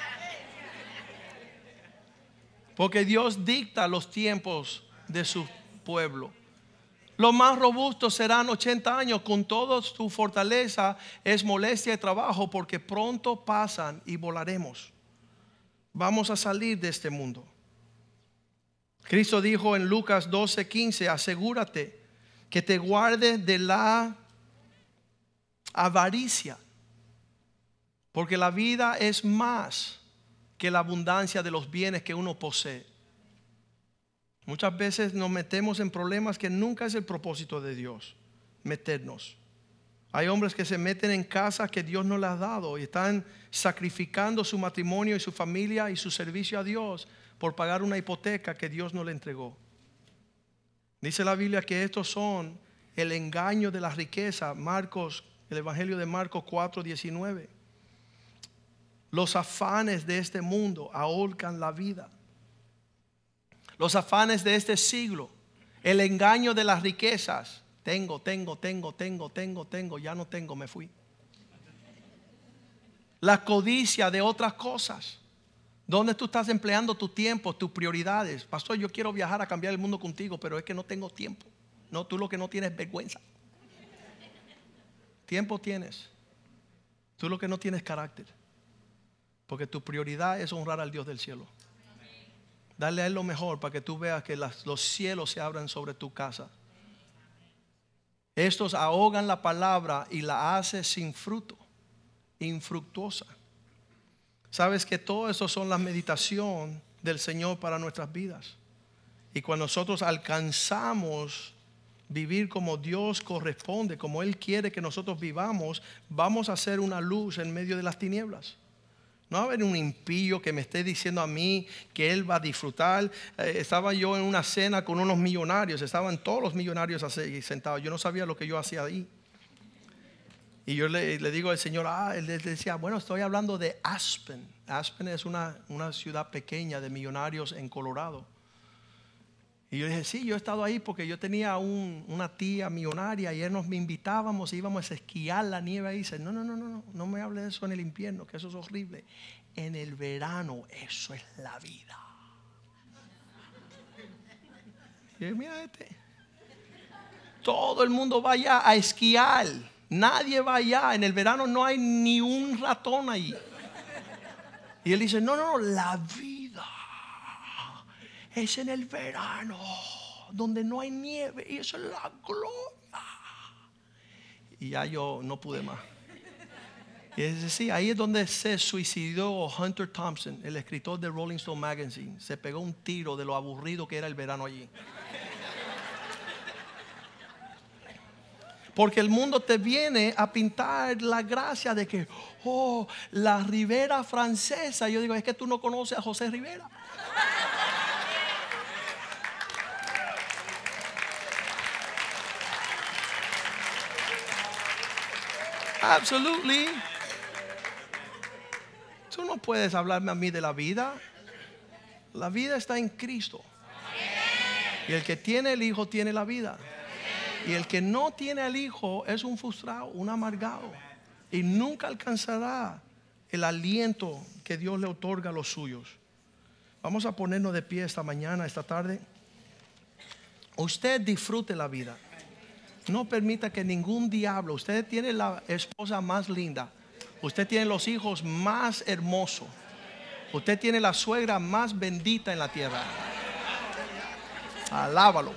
Porque Dios dicta los tiempos de su pueblo. Los más robustos serán 80 años. Con toda su fortaleza es molestia y trabajo, porque pronto pasan y volaremos. vamos a salir de este mundo. Cristo dijo en Lucas 12:15, asegúrate que te guardes de la avaricia, porque la vida es más que la abundancia de los bienes que uno posee. Muchas veces nos metemos en problemas que nunca es el propósito de Dios meternos. Hay hombres que se meten en casas que Dios no les ha dado y están sacrificando su matrimonio y su familia y su servicio a Dios por pagar una hipoteca que Dios no le entregó. Dice la Biblia que estos son el engaño de la riqueza. Marcos, el Evangelio de Marcos 4:19. Los afanes de este mundo ahorcan la vida. Los afanes de este siglo, el engaño de las riquezas. Tengo, ya no tengo, me fui. La codicia de otras cosas. ¿Dónde tú estás empleando tu tiempo, tus prioridades? Pastor, yo quiero viajar a cambiar el mundo contigo, pero es que no tengo tiempo. No, tú lo que no tienes es vergüenza. Tiempo tienes. Tú lo que no tienes es carácter. Porque tu prioridad es honrar al Dios del cielo. Darle a Él lo mejor para que tú veas que los cielos se abran sobre tu casa. Estos ahogan la palabra y la hacen sin fruto, infructuosa. Sabes que todo eso son la meditación del Señor para nuestras vidas. Y cuando nosotros alcanzamos vivir como Dios corresponde, como Él quiere que nosotros vivamos, vamos a ser una luz en medio de las tinieblas. No va a haber un impío que me esté diciendo a mí que él va a disfrutar. Estaba yo en una cena con unos millonarios. Estaban todos los millonarios así, sentados. Yo no sabía lo que yo hacía ahí. Y yo le digo al Señor, él decía, bueno, estoy hablando de Aspen. Aspen es una ciudad pequeña de millonarios en Colorado. Y yo dije, sí, yo he estado ahí porque yo tenía una tía millonaria y él nos invitábamos, íbamos a esquiar la nieve ahí. Y dice, no me hable de eso en el invierno, que eso es horrible. En el verano, eso es la vida. Y yo, mira todo el mundo va allá a esquiar. Nadie va allá. En el verano no hay ni un ratón ahí. Y él dice, no, la vida es en el verano, donde no hay nieve, y eso es la gloria. Y ya yo no pude más. Y dice, sí, ahí es donde se suicidó Hunter Thompson, el escritor de Rolling Stone Magazine. Se pegó un tiro de lo aburrido que era el verano allí. Porque el mundo te viene a pintar la gracia de que, la Ribera francesa. Yo digo, es que tú no conoces a José Rivera. Absolutely. Tú no puedes hablarme a mí de la vida. La vida está en Cristo. Y el que tiene el Hijo tiene la vida. Y el que no tiene al Hijo es un frustrado, un amargado. Y nunca alcanzará el aliento que Dios le otorga a los suyos. Vamos a ponernos de pie esta mañana, esta tarde. Usted disfrute la vida. No permita que ningún diablo. Usted tiene la esposa más linda. Usted tiene los hijos más hermosos. Usted tiene la suegra más bendita en la tierra. Alábalo.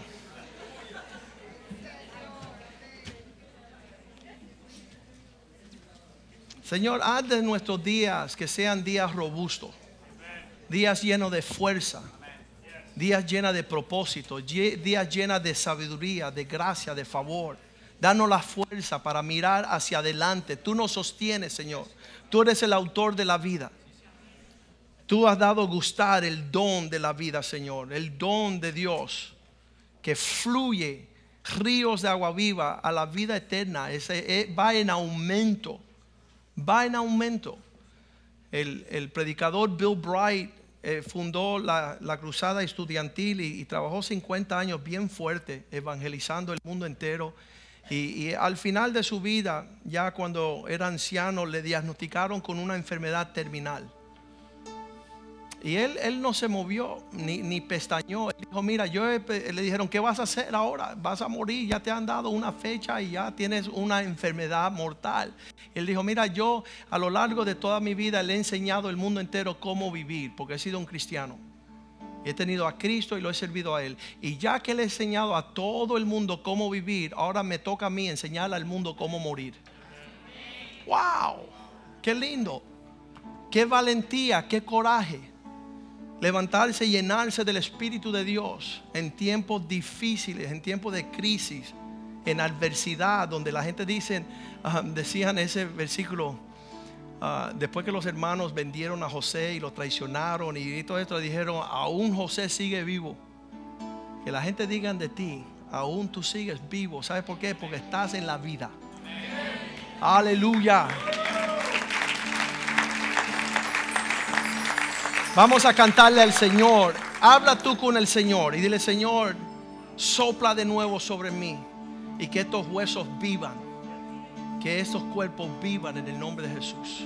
Señor, haz de nuestros días que sean días robustos, días llenos de fuerza, días llenos de propósito, días llenos de sabiduría, de gracia, de favor. Danos la fuerza para mirar hacia adelante. Tú nos sostienes, Señor. Tú eres el autor de la vida. Tú has dado a gustar el don de la vida, Señor, el don de Dios que fluye ríos de agua viva a la vida eterna. Va en aumento. Va en aumento. El predicador Bill Bright fundó la cruzada estudiantil y trabajó 50 años bien fuerte evangelizando el mundo entero. Y al final de su vida, ya cuando era anciano, le diagnosticaron con una enfermedad terminal. Y él no se movió ni pestañó. Él dijo, mira, le dijeron, ¿qué vas a hacer ahora? Vas a morir, ya te han dado una fecha y ya tienes una enfermedad mortal. Él dijo, mira, yo a lo largo de toda mi vida le he enseñado al mundo entero cómo vivir, porque he sido un cristiano. He tenido a Cristo y lo he servido a Él. Y ya que le he enseñado a todo el mundo cómo vivir, ahora me toca a mí enseñarle al mundo cómo morir. ¡Wow! ¡Qué lindo! ¡Qué valentía! ¡Qué coraje! Levantarse y llenarse del Espíritu de Dios en tiempos difíciles, en tiempos de crisis, en adversidad, donde la gente decían ese versículo, después que los hermanos vendieron a José y lo traicionaron y todo esto, le dijeron, aún José sigue vivo. Que la gente diga de ti, aún tú sigues vivo. ¿Sabes por qué? Porque estás en la vida. Aleluya. Vamos a cantarle al Señor. Habla tú con el Señor y dile, Señor, sopla de nuevo sobre mí y que estos huesos vivan, que estos cuerpos vivan en el nombre de Jesús.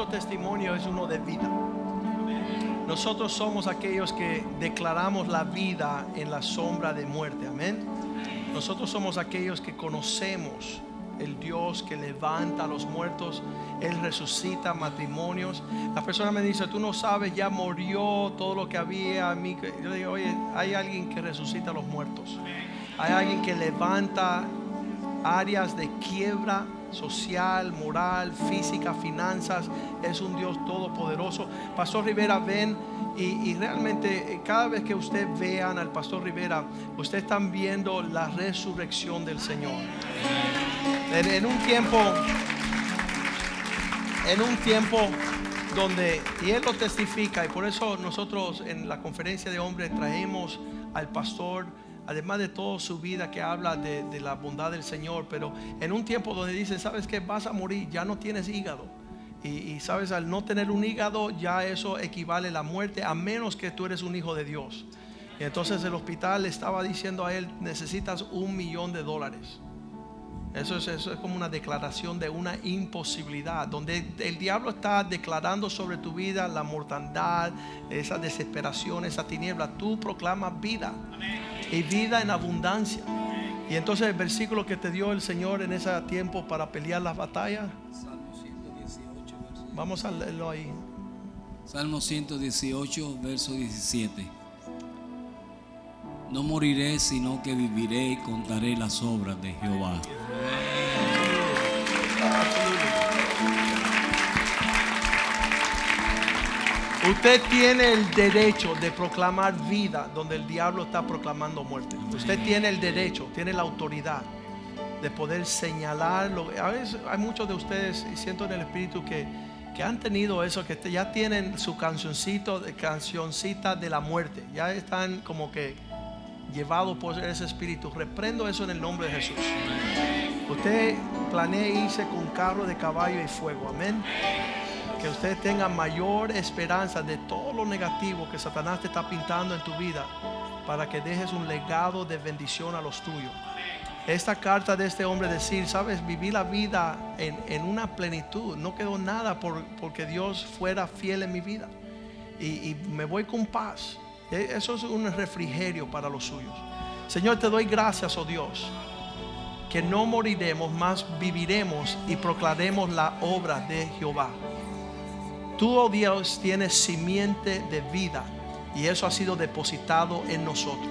testimonio es uno de vida. Nosotros somos aquellos que declaramos la vida en la sombra de muerte. Amén. Nosotros somos aquellos que conocemos el Dios que levanta a los muertos. Él resucita matrimonios. Las personas me dicen, tú no sabes, ya murió todo lo que había. Yo digo, oye, hay alguien que resucita a los muertos. Hay alguien que levanta áreas de quiebra social, moral, física, finanzas. Es un Dios todopoderoso. Pastor Rivera, ven y realmente cada vez que ustedes vean al Pastor Rivera, ustedes están viendo la resurrección del Señor. En un tiempo donde, y él lo testifica, y por eso nosotros en la conferencia de hombres traemos al pastor, además de toda su vida que habla de la bondad del Señor, pero en un tiempo donde dice, sabes que vas a morir, ya no tienes hígado, y sabes, al no tener un hígado ya eso equivale a la muerte, a menos que tú eres un hijo de Dios. Y entonces el hospital le estaba diciendo a él, necesitas $1 millón. Eso es como una declaración de una imposibilidad, donde el diablo está declarando sobre tu vida la mortandad, esa desesperación, esa tiniebla. Tú proclamas vida. Amén. Y vida en abundancia. Y entonces el versículo que te dio el Señor en ese tiempo para pelear las batallas, Salmo 118, verso 17. Vamos a leerlo ahí. Salmo 118, verso 17. No moriré, sino que viviré y contaré las obras de Jehová. Usted tiene el derecho de proclamar vida donde el diablo está proclamando muerte. Usted tiene el derecho, tiene la autoridad de poder señalarlo. A veces hay muchos de ustedes, y siento en el espíritu que han tenido eso, que ya tienen su cancioncita de la muerte. Ya están como que llevados por ese espíritu. Reprendo eso en el nombre de Jesús. Usted planee irse con carro de caballo y fuego. Amén. Que usted tenga mayor esperanza de todo lo negativo que Satanás te está pintando en tu vida, para que dejes un legado de bendición a los tuyos. Esta carta de este hombre decir, sabes, viví la vida en una plenitud. No quedó nada porque Dios fuera fiel en mi vida. Y me voy con paz. Eso es un refrigerio para los suyos. Señor, te doy gracias, oh Dios, que no moriremos, más viviremos y proclamaremos la obra de Jehová. Tú, oh Dios, tienes simiente de vida, y eso ha sido depositado en nosotros.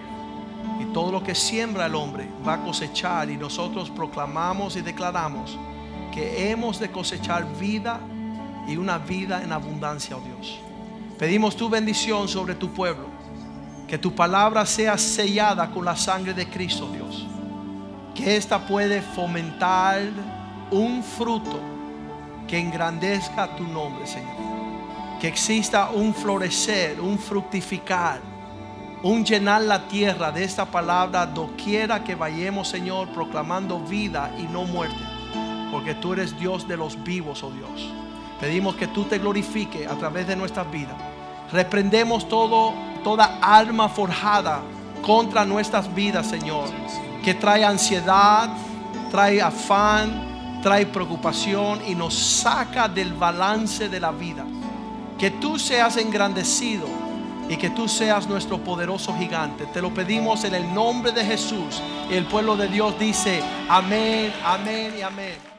Y todo lo que siembra el hombre va a cosechar, y nosotros proclamamos y declaramos que hemos de cosechar vida, y una vida en abundancia, oh Dios. Pedimos tu bendición sobre tu pueblo, que tu palabra sea sellada con la sangre de Cristo, Dios, que esta puede fomentar un fruto que engrandezca tu nombre, Señor. Que exista un florecer, un fructificar, un llenar la tierra de esta palabra doquiera que vayamos, Señor, proclamando vida y no muerte, porque tú eres Dios de los vivos, oh Dios. Pedimos que tú te glorifiques a través de nuestras vidas. Reprendemos toda arma forjada contra nuestras vidas, Señor, que trae ansiedad, trae afán, trae preocupación y nos saca del balance de la vida. Que tú seas engrandecido y que tú seas nuestro poderoso gigante. Te lo pedimos en el nombre de Jesús. Y el pueblo de Dios dice amén, amén y amén.